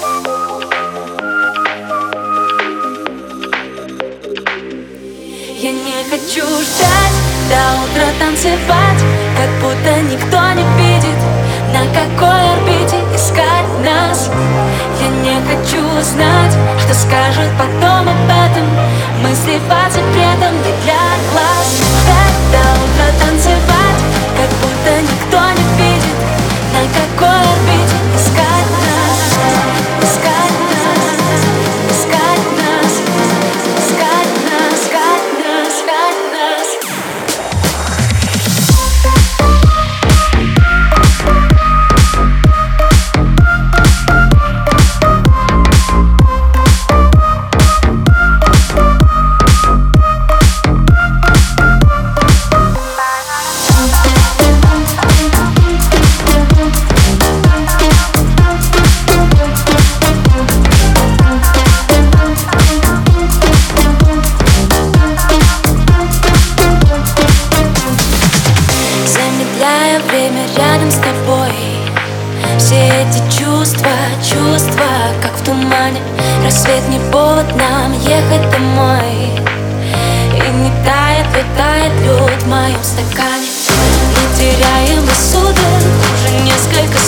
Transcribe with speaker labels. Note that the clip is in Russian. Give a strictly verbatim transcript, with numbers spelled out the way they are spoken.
Speaker 1: Я не хочу ждать до утра, танцевать, как будто никто не видит, на какой орбите искать нас. Я не хочу знать, что скажут потом об этом. Мы сливаться при этом не для глаз. Ждать до утра, танцевать, как будто никто не видит, на какой орбите искать нас. Искать нас, искать нас, искать нас, искать нас, искать нас. Замедляя время рядом с тобой, все эти чувства, чувства, как в тумане. Рассвет не повод нам ехать домой. И не тает, летает лед в моем стакане. Мы теряем рассудок уже несколько